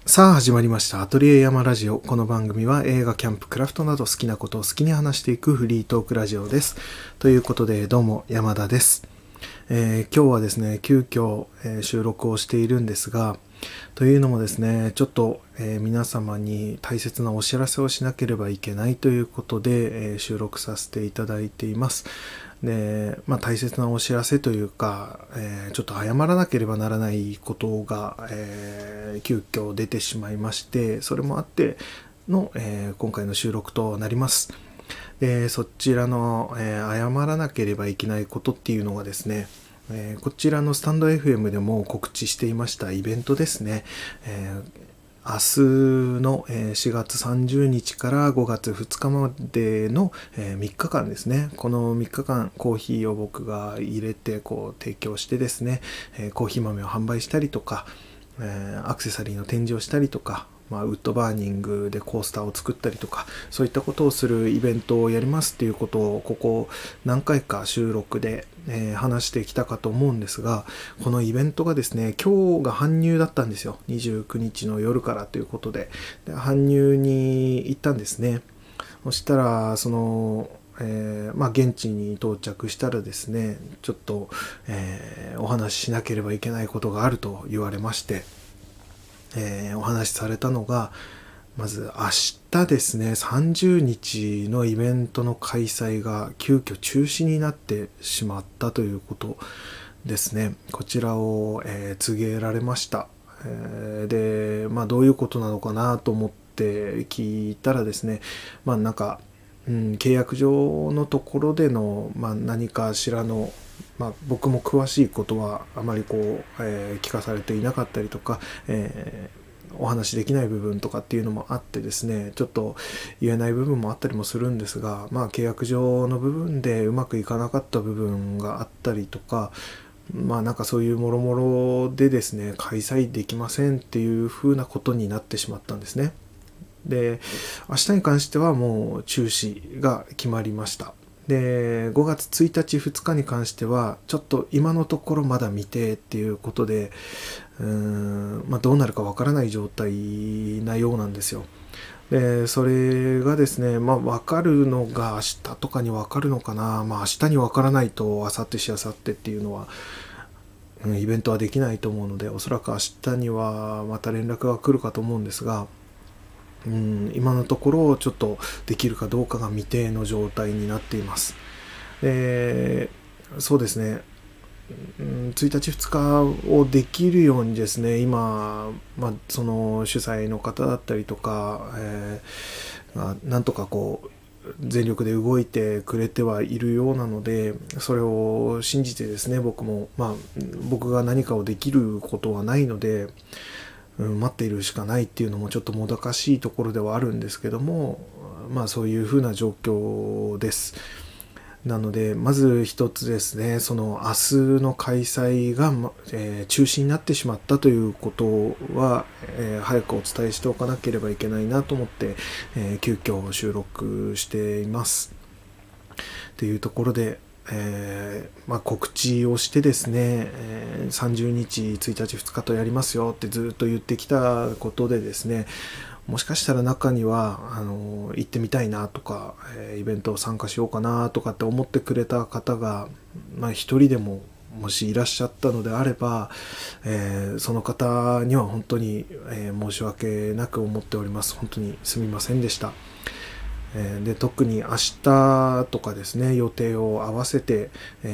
さあ始まりましたアトリエ山ラジオ。この番組は映画、キャンプ、クラフトなど好きなことを好きに話していくフリートークラジオです。ということでどうも山田です。今日はですね急遽、収録をしているんですが、というのもですねちょっと、皆様に大切なお知らせをしなければいけないということで、収録させていただいています。で、大切なお知らせというか、ちょっと謝らなければならないことが、急遽出てしまいまして、それもあっての、今回の収録となります。で、そちらの、謝らなければいけないことっていうのがですね、こちらのスタンド FM でも告知していましたイベントですね。明日の4月30日から5月2日までの3日間ですね。この3日間コーヒーを僕が入れて提供してですね、コーヒー豆を販売したりとか、アクセサリーの展示をしたりとか、ウッドバーニングでコースターを作ったりとか、そういったことをするイベントをやりますっていうことをここ何回か収録で、話してきたかと思うんですが、このイベントがですね今日が搬入だったんですよ。29日の夜からということで、搬入に行ったんですね。そしたら現地に到着したらですねちょっと、お話ししなければいけないことがあると言われまして、お話しされたのが、まず明日ですね30日のイベントの開催が急遽中止になってしまったということですね。こちらを、告げられました。で、どういうことなのかなと思って聞いたらですね、契約上のところでの、何かしらの、僕も詳しいことはあまり聞かされていなかったりとか、お話しできない部分とかっていうのもあってですね、ちょっと言えない部分もあったりもするんですが、契約上の部分でうまくいかなかった部分があったりとか、そういうもろもろでですね開催できませんっていうふうなことになってしまったんですね。で、明日に関してはもう中止が決まりました。で、5月1日2日に関してはちょっと今のところまだ未定っていうことで、どうなるかわからない状態なようなんですよ。で、それがですね、分かるのが明日とかに分かるのかな。明日に分からないと明後日しあさってっていうのは、イベントはできないと思うので、おそらく明日にはまた連絡が来るかと思うんですが、今のところちょっとできるかどうかが未定の状態になっています。で、そうですね、1日2日をできるようにですね今、その主催の方だったりとか、なんとか全力で動いてくれてはいるようなので、それを信じてですね僕も、僕が何かをできることはないので、待っているしかないっていうのもちょっともどかしいところではあるんですけども、そういうふうな状況です。なのでまず一つですね、その明日の開催が、中止になってしまったということは、早くお伝えしておかなければいけないなと思って、急遽収録していますっていうところで、告知をしてですね、30日1日2日とやりますよってずっと言ってきたことでですね、もしかしたら中には行ってみたいなとか、イベントを参加しようかなとかって思ってくれた方が、一人でももしいらっしゃったのであれば、その方には本当に、申し訳なく思っております。本当にすみませんでした。で、特に明日とかですね予定を合わせて、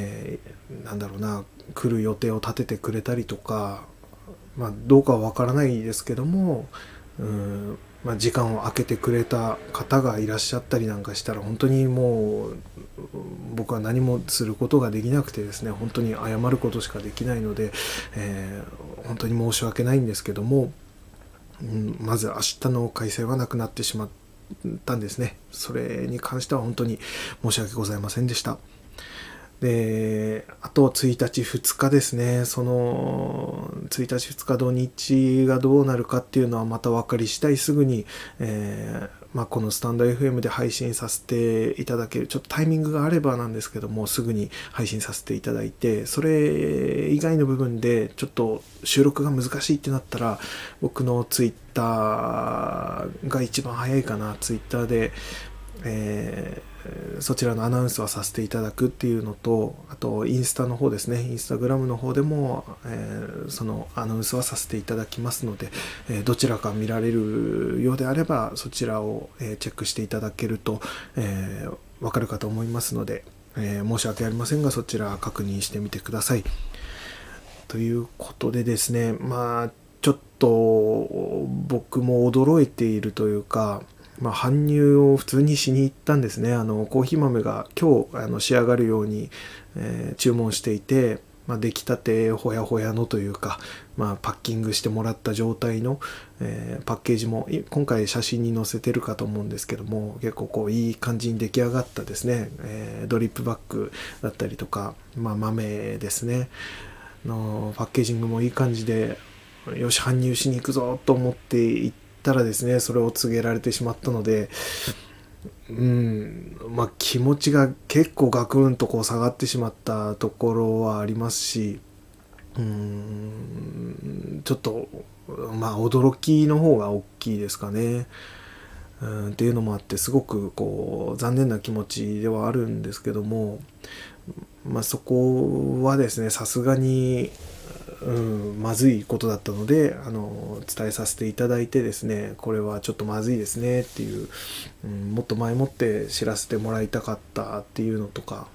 来る予定を立ててくれたりとか、どうかはわからないですけども、時間を空けてくれた方がいらっしゃったりなんかしたら、本当にもう僕は何もすることができなくてですね、本当に謝ることしかできないので、本当に申し訳ないんですけども、まず明日の開催はなくなってしまったんですね。それに関しては本当に申し訳ございませんでした。で、あと1日2日ですね。その1日2日土日がどうなるかっていうのはまた分かり次第すぐに、 このスタンド FM で配信させていただける、ちょっとタイミングがあればなんですけども、すぐに配信させていただいて、それ以外の部分でちょっと収録が難しいってなったら、僕のツイッターが一番早いかな。ツイッターで、そちらのアナウンスはさせていただくっていうのと、あとインスタの方ですね、インスタグラムの方でも、そのアナウンスはさせていただきますので、どちらか見られるようであればそちらを、チェックしていただけると、わかるかと思いますので、申し訳ありませんがそちら確認してみてください。ということでですね、ちょっと僕も驚いているというか、搬入を普通にしに行ったんですね。コーヒー豆が今日仕上がるように、注文していて、出来たてほやほやのというか、パッキングしてもらった状態の、パッケージも今回写真に載せてるかと思うんですけども、結構いい感じに出来上がったですね、ドリップバッグだったりとか、豆ですねのパッケージングもいい感じで、よし搬入しに行くぞと思って行ったらですね、それを告げられてしまったので、気持ちが結構ガクンと下がってしまったところはありますし、ちょっと驚きの方が大きいですかね。っていうのもあって、すごく残念な気持ちではあるんですけども、そこはですね、さすがにまずいことだったので、伝えさせていただいてですね、これはちょっとまずいですねっていう、もっと前もって知らせてもらいたかったっていうのとか、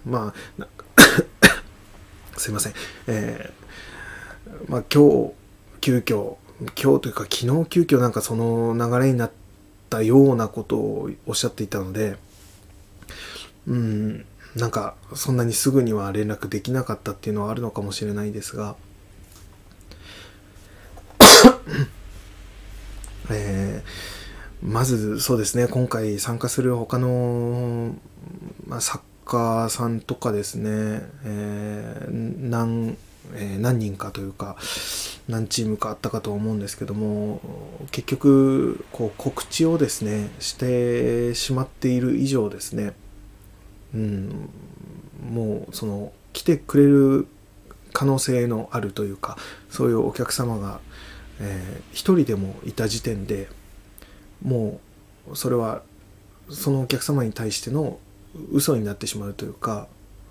すいません、今日急遽、今日というか昨日急遽その流れになったようなことをおっしゃっていたので、そんなにすぐには連絡できなかったっていうのはあるのかもしれないですが、まずそうですね、今回参加する他の、作家さんとかですね、何人かというか何チームかあったかと思うんですけども、結局告知をですねしてしまっている以上ですね、もう来てくれる可能性のあるというか、そういうお客様が一人でもいた時点で、もうそれはそのお客様に対しての嘘になってしまうというか、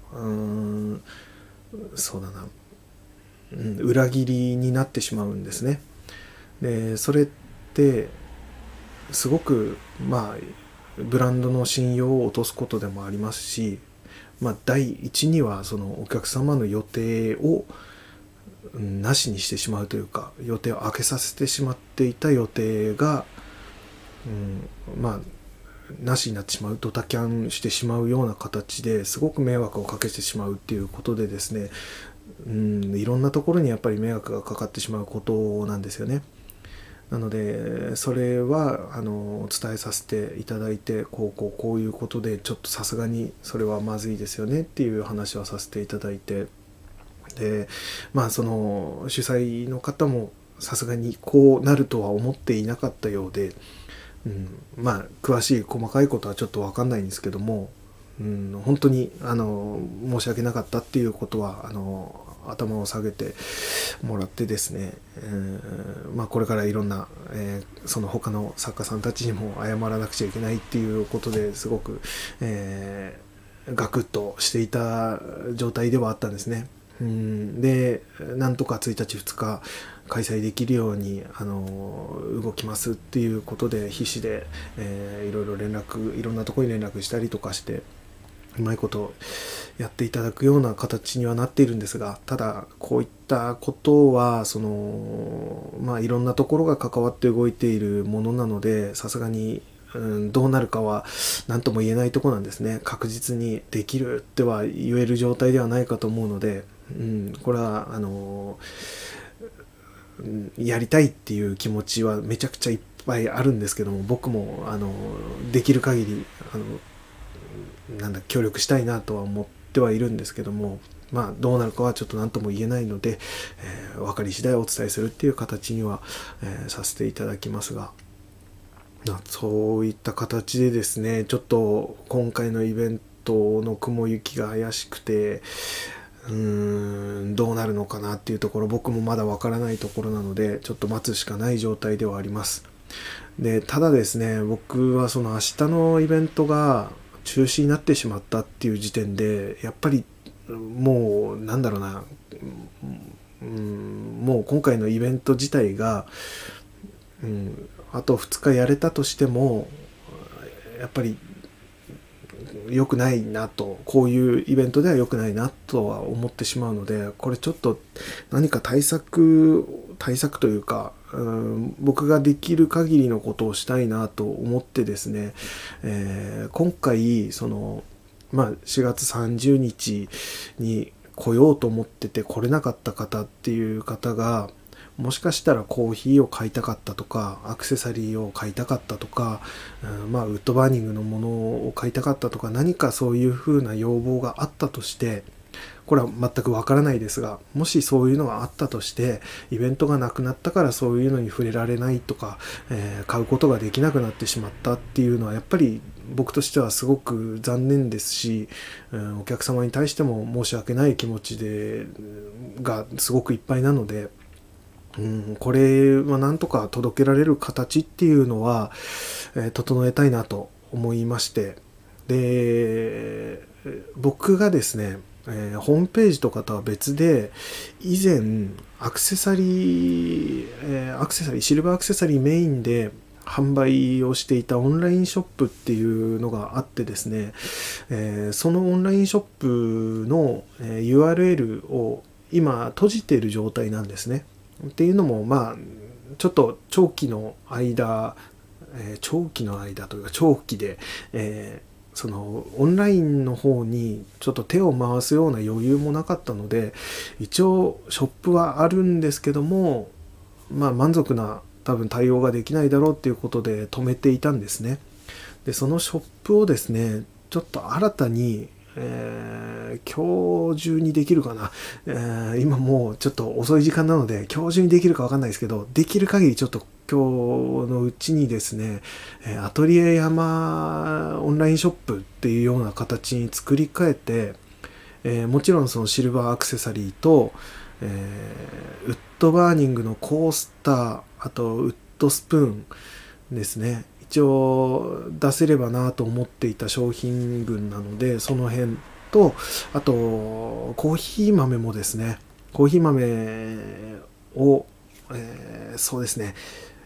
そうだな、裏切りになってしまうんですね。でそれってすごくブランドの信用を落とすことでもありますし、第一にはそのお客様の予定をなしにしてしまうというか、予定を空けさせてしまっていた予定が、なしになってしまう、ドタキャンしてしまうような形ですごく迷惑をかけてしまうっていうことでですね、いろんなところにやっぱり迷惑がかかってしまうことなんですよね。なのでそれは伝えさせていただいて、こういうことでちょっとさすがにそれはまずいですよねっていう話はさせていただいて、でその主催の方もさすがにこうなるとは思っていなかったようで、詳しい細かいことはちょっと分かんないんですけども、本当に申し訳なかったっていうことは頭を下げてもらってですね、これからいろんな、その他の作家さんたちにも謝らなくちゃいけないっていうことですごく、ガクッとしていた状態ではあったんですね。でなんとか1日2日開催できるように動きますっていうことで必死で、いろんなところに連絡したりとかしてうまいことやっていただくような形にはなっているんですが、ただこういったことはいろんなところが関わって動いているものなので、さすがにどうなるかは何とも言えないところなんですね。確実にできるっては言える状態ではないかと思うので、これはやりたいっていう気持ちはめちゃくちゃいっぱいあるんですけども、僕もできる限り協力したいなとは思ってはいるんですけども、どうなるかはちょっと何とも言えないので、分かり次第お伝えするっていう形には、させていただきますが、 そういった形でですね、ちょっと今回のイベントの雲行きが怪しくて、どうなるのかなっていうところ、僕もまだわからないところなので、ちょっと待つしかない状態ではあります。で、ただですね、僕はその明日のイベントが中止になってしまったっていう時点で、やっぱりもうなんだろうな、もう今回のイベント自体が、あと2日やれたとしても、やっぱり良くないなと、こういうイベントでは良くないなとは思ってしまうので、これちょっと何か対策というか、僕ができる限りのことをしたいなと思ってですね、今回4月30日に来ようと思ってて来れなかった方っていう方が、もしかしたらコーヒーを買いたかったとか、アクセサリーを買いたかったとか、ウッドバーニングのものを買いたかったとか、何かそういう風な要望があったとして、これは全くわからないですが、もしそういうのがあったとして、イベントがなくなったからそういうのに触れられないとか、買うことができなくなってしまったっていうのは、やっぱり僕としてはすごく残念ですし、お客様に対しても申し訳ない気持ちがすごくいっぱいなので、これはなんとか届けられる形っていうのは、整えたいなと思いまして、で、僕がですね、ホームページとかとは別で、以前アクセサリー、シルバーアクセサリーメインで販売をしていたオンラインショップっていうのがあってですね、そのオンラインショップの URL を今閉じている状態なんですね。っていうのも、ちょっと長期の間というか長期で、そのオンラインの方にちょっと手を回すような余裕もなかったので、一応ショップはあるんですけども、満足な多分対応ができないだろうっていうことで止めていたんですね。で、そのショップをですね、ちょっと新たに、今日中にできるかな、今もうちょっと遅い時間なので今日中にできるかわかんないですけど、できる限りちょっと今日のうちにですね、アトリエ山オンラインショップっていうような形に作り変えて、もちろんそのシルバーアクセサリーと、ウッドバーニングのコースター、あとウッドスプーンですね、一応出せればなと思っていた商品群なので、その辺と、あとコーヒー豆もですね、コーヒー豆を、そうですね、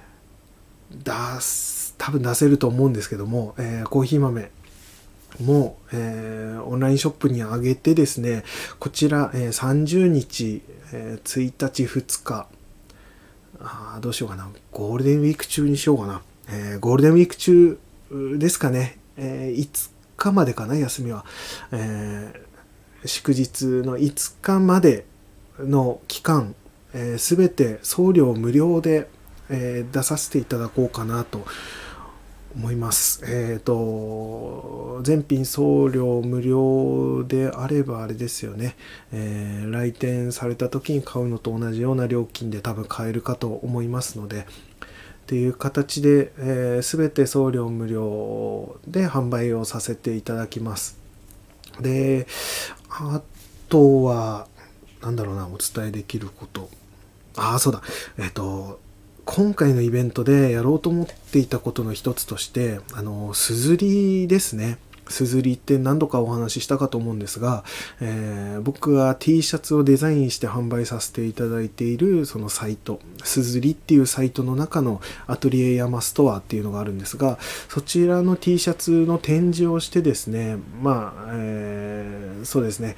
多分出せると思うんですけども、コーヒー豆も、オンラインショップに上げてですね、こちら、30日、1日2日、どうしようかな、ゴールデンウィーク中にしようかな、ゴールデンウィーク中ですかね、5日までかな、休みは、祝日の5日までの期間、すべて送料無料で、出させていただこうかなと思います。全品送料無料であればあれですよね、来店された時に買うのと同じような料金で多分買えるかと思いますので、っていう形で、全て送料無料で販売をさせていただきます。で、あとはなんだろうな、お伝えできること、そうだ、今回のイベントでやろうと思っていたことの一つとして、すずりですね。すずりって何度かお話ししたかと思うんですが、僕が T シャツをデザインして販売させていただいているそのサイト、すずりっていうサイトの中のアトリエ山ストアっていうのがあるんですが、そちらの T シャツの展示をしてですね、そうですね、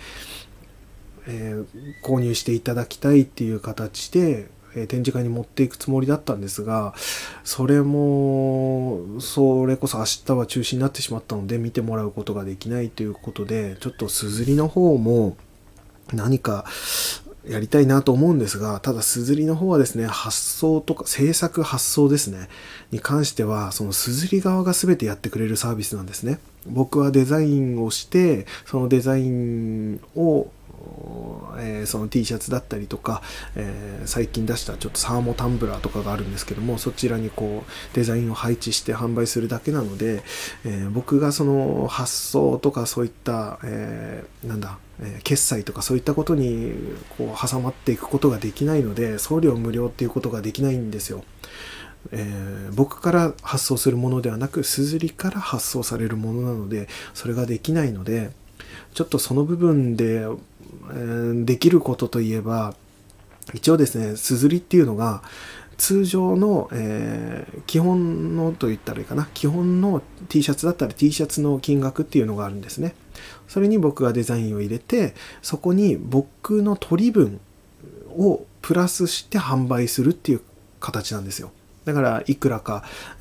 購入していただきたいっていう形で、展示会に持っていくつもりだったんですが、それこそ明日は中止になってしまったので見てもらうことができないということで、ちょっとすずりの方も何かやりたいなと思うんですが、ただすずりの方はですね、発送とか制作発送ですねに関しては、そのすずり側が全てやってくれるサービスなんですね。僕はデザインをして、そのデザインをその T シャツだったりとか、最近出したちょっとサーモタンブラーとかがあるんですけども、そちらにこうデザインを配置して販売するだけなので、僕がその発送とかそういった、決済とかそういったことにこう挟まっていくことができないので、送料無料っていうことができないんですよ。僕から発送するものではなく、すずりから発送されるものなので、それができないので、ちょっとその部分で、できることといえば、一応ですね、すずりっていうのが通常の、基本のと言ったらいいかな、基本の T シャツだったら T シャツの金額っていうのがあるんですね。それに僕がデザインを入れて、そこに僕の取り分をプラスして販売するっていう形なんですよ。だからいくらか、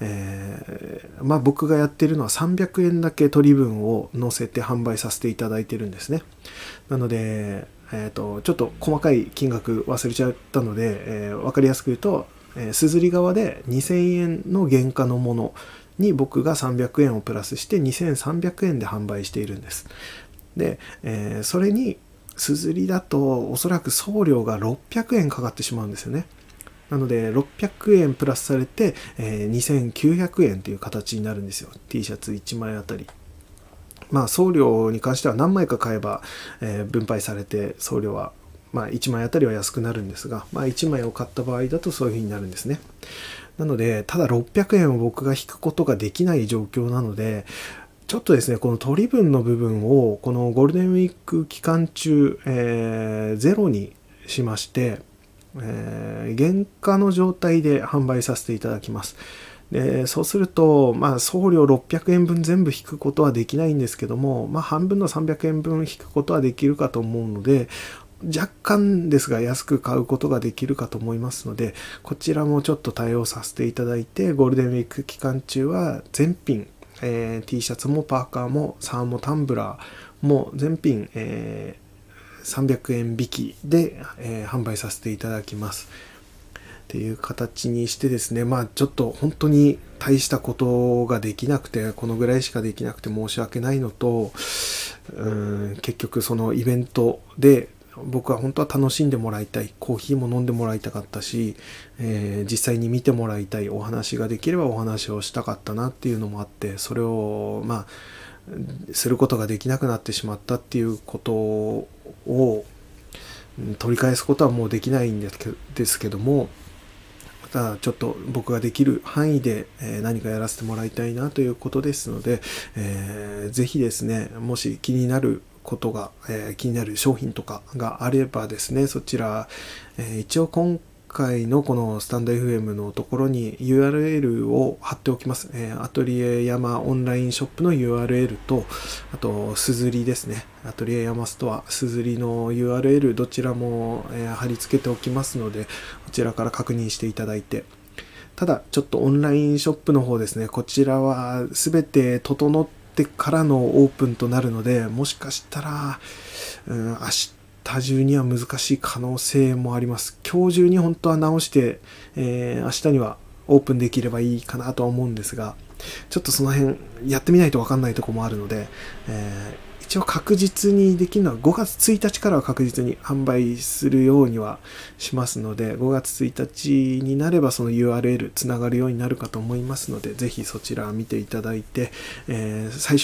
僕がやってるのは300円だけ取り分を載せて販売させていただいてるんですね。なので、ちょっと細かい金額忘れちゃったので、分かりやすく言うと、すずり側で2000円の原価のものに僕が300円をプラスして2300円で販売しているんです。で、それにすずりだとおそらく送料が600円かかってしまうんですよね。なので600円プラスされて、2900円という形になるんですよ。 T シャツ1枚あたり。送料に関しては何枚か買えば、分配されて送料は、1枚あたりは安くなるんですが、1枚を買った場合だとそういう風になるんですね。なのでただ600円を僕が引くことができない状況なので、ちょっとですね、この取り分の部分をこのゴールデンウィーク期間中、ゼロにしまして、原価の状態で販売させていただきます。でそうすると、送料600円分全部引くことはできないんですけども、半分の300円分引くことはできるかと思うので、若干ですが安く買うことができるかと思いますので、こちらもちょっと対応させていただいて、ゴールデンウィーク期間中は全品、T シャツもパーカーもサーモタンブラーも全品、300円引きで、販売させていただきますっていう形にしてですね、ちょっと本当に大したことができなくて、このぐらいしかできなくて申し訳ないのと、結局そのイベントで僕は本当は楽しんでもらいたい、コーヒーも飲んでもらいたかったし、実際に見てもらいたい、お話ができればお話をしたかったなっていうのもあって、それをすることができなくなってしまったっていうことを取り返すことはもうできないんですけども、ただちょっと僕ができる範囲で何かやらせてもらいたいなということですので、ぜひですね、もし気になることが、気になる商品とかがあればですね、そちら、一応今回のこのスタンド FM のところに URL を貼っておきます。アトリエ山オンラインショップの URL と、あとすずりですね、アトリエ山ストアすずりの URL どちらも、貼り付けておきますので、こちらから確認していただいて、ただちょっとオンラインショップの方ですね、こちらは全て整ってからのオープンとなるので、もしかしたら、明日中には難しい可能性もあります。今日中に本当は直して、明日にはオープンできればいいかなとは思うんですが、ちょっとその辺やってみないと分かんないところもあるので、一応確実にできるのは5月1日からは確実に販売するようにはしますので、5月1日になればその URL つながるようになるかと思いますので、ぜひそちら見ていただいて、最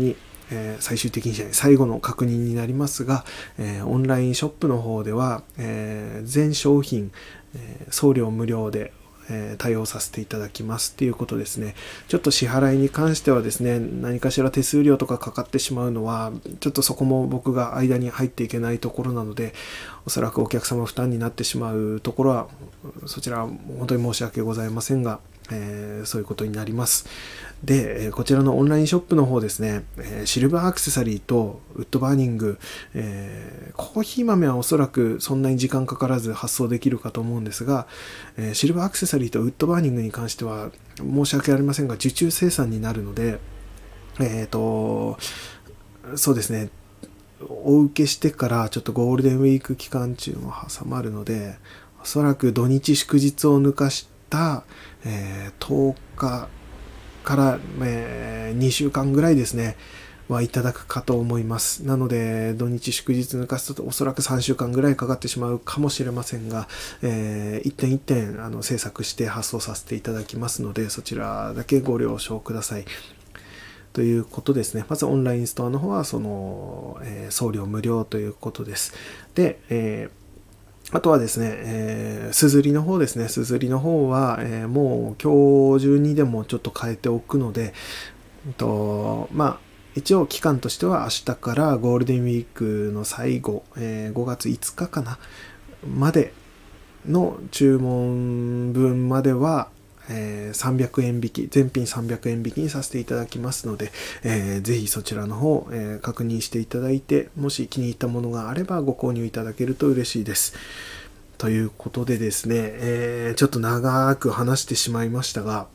後の確認になりますが、オンラインショップの方では、全商品、送料無料で対応させていただきますっていうことですね。ちょっと支払いに関してはですね、何かしら手数料とかかかってしまうのは、ちょっとそこも僕が間に入っていけないところなので、おそらくお客様負担になってしまうところは、そちらは本当に申し訳ございませんが、そういうことになります。で、こちらのオンラインショップの方ですね、シルバーアクセサリーとウッドバーニング、コーヒー豆はおそらくそんなに時間かからず発送できるかと思うんですが、シルバーアクセサリーとウッドバーニングに関しては申し訳ありませんが受注生産になるので、そうですね、お受けしてからちょっとゴールデンウィーク期間中も挟まるので、おそらく土日祝日を抜かした、10日から、2週間ぐらいですね、 はいただくかと思います。なので土日祝日抜かすとおそらく3週間ぐらいかかってしまうかもしれませんが、一点一点制作して発送させていただきますので、そちらだけご了承ください。ということですね。まずオンラインストアの方は送料無料ということです。で、あとはですね、すずりの方ですね。すずりの方は、もう今日中にでもちょっと変えておくので、一応期間としては明日からゴールデンウィークの最後、5月5日かなまでの注文分までは、300円引き、全品300円引きにさせていただきますので、ぜひそちらの方、確認していただいて、もし気に入ったものがあればご購入いただけると嬉しいです。ということでですね、ちょっと長く話してしまいましたが、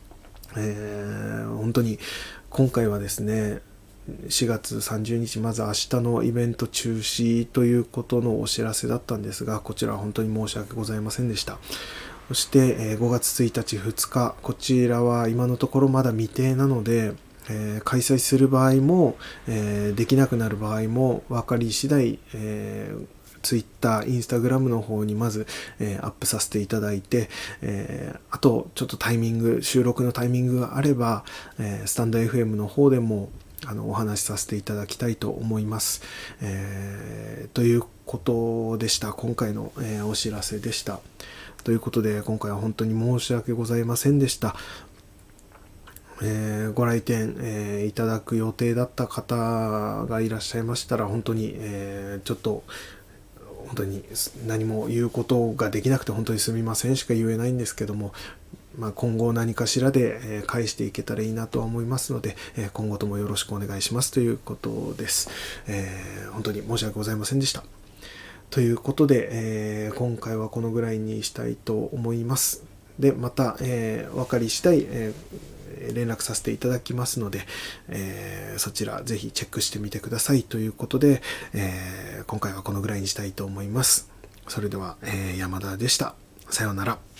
本当に今回はですね、4月30日、まず明日のイベント中止ということのお知らせだったんですが、こちらは本当に申し訳ございませんでした。そして5月1日、2日、こちらは今のところまだ未定なので、開催する場合も、できなくなる場合も分かり次第、Twitter、Instagram の方にまず、アップさせていただいて、あとちょっと収録のタイミングがあれば、スタンド FM の方でもお話しさせていただきたいと思います。ということでした。今回の、お知らせでした。ということで今回は本当に申し訳ございませんでした。ご来店、いただく予定だった方がいらっしゃいましたら本当に、ちょっと本当に何も言うことができなくて本当にすみませんしか言えないんですけども、今後何かしらで返していけたらいいなとは思いますので、今後ともよろしくお願いしますということです。本当に申し訳ございませんでした。ということで、今回はこのぐらいにしたいと思います。で、また、分かり次第、連絡させていただきますので、そちらぜひチェックしてみてくださいということで、今回はこのぐらいにしたいと思います。それでは、山田でした。さようなら。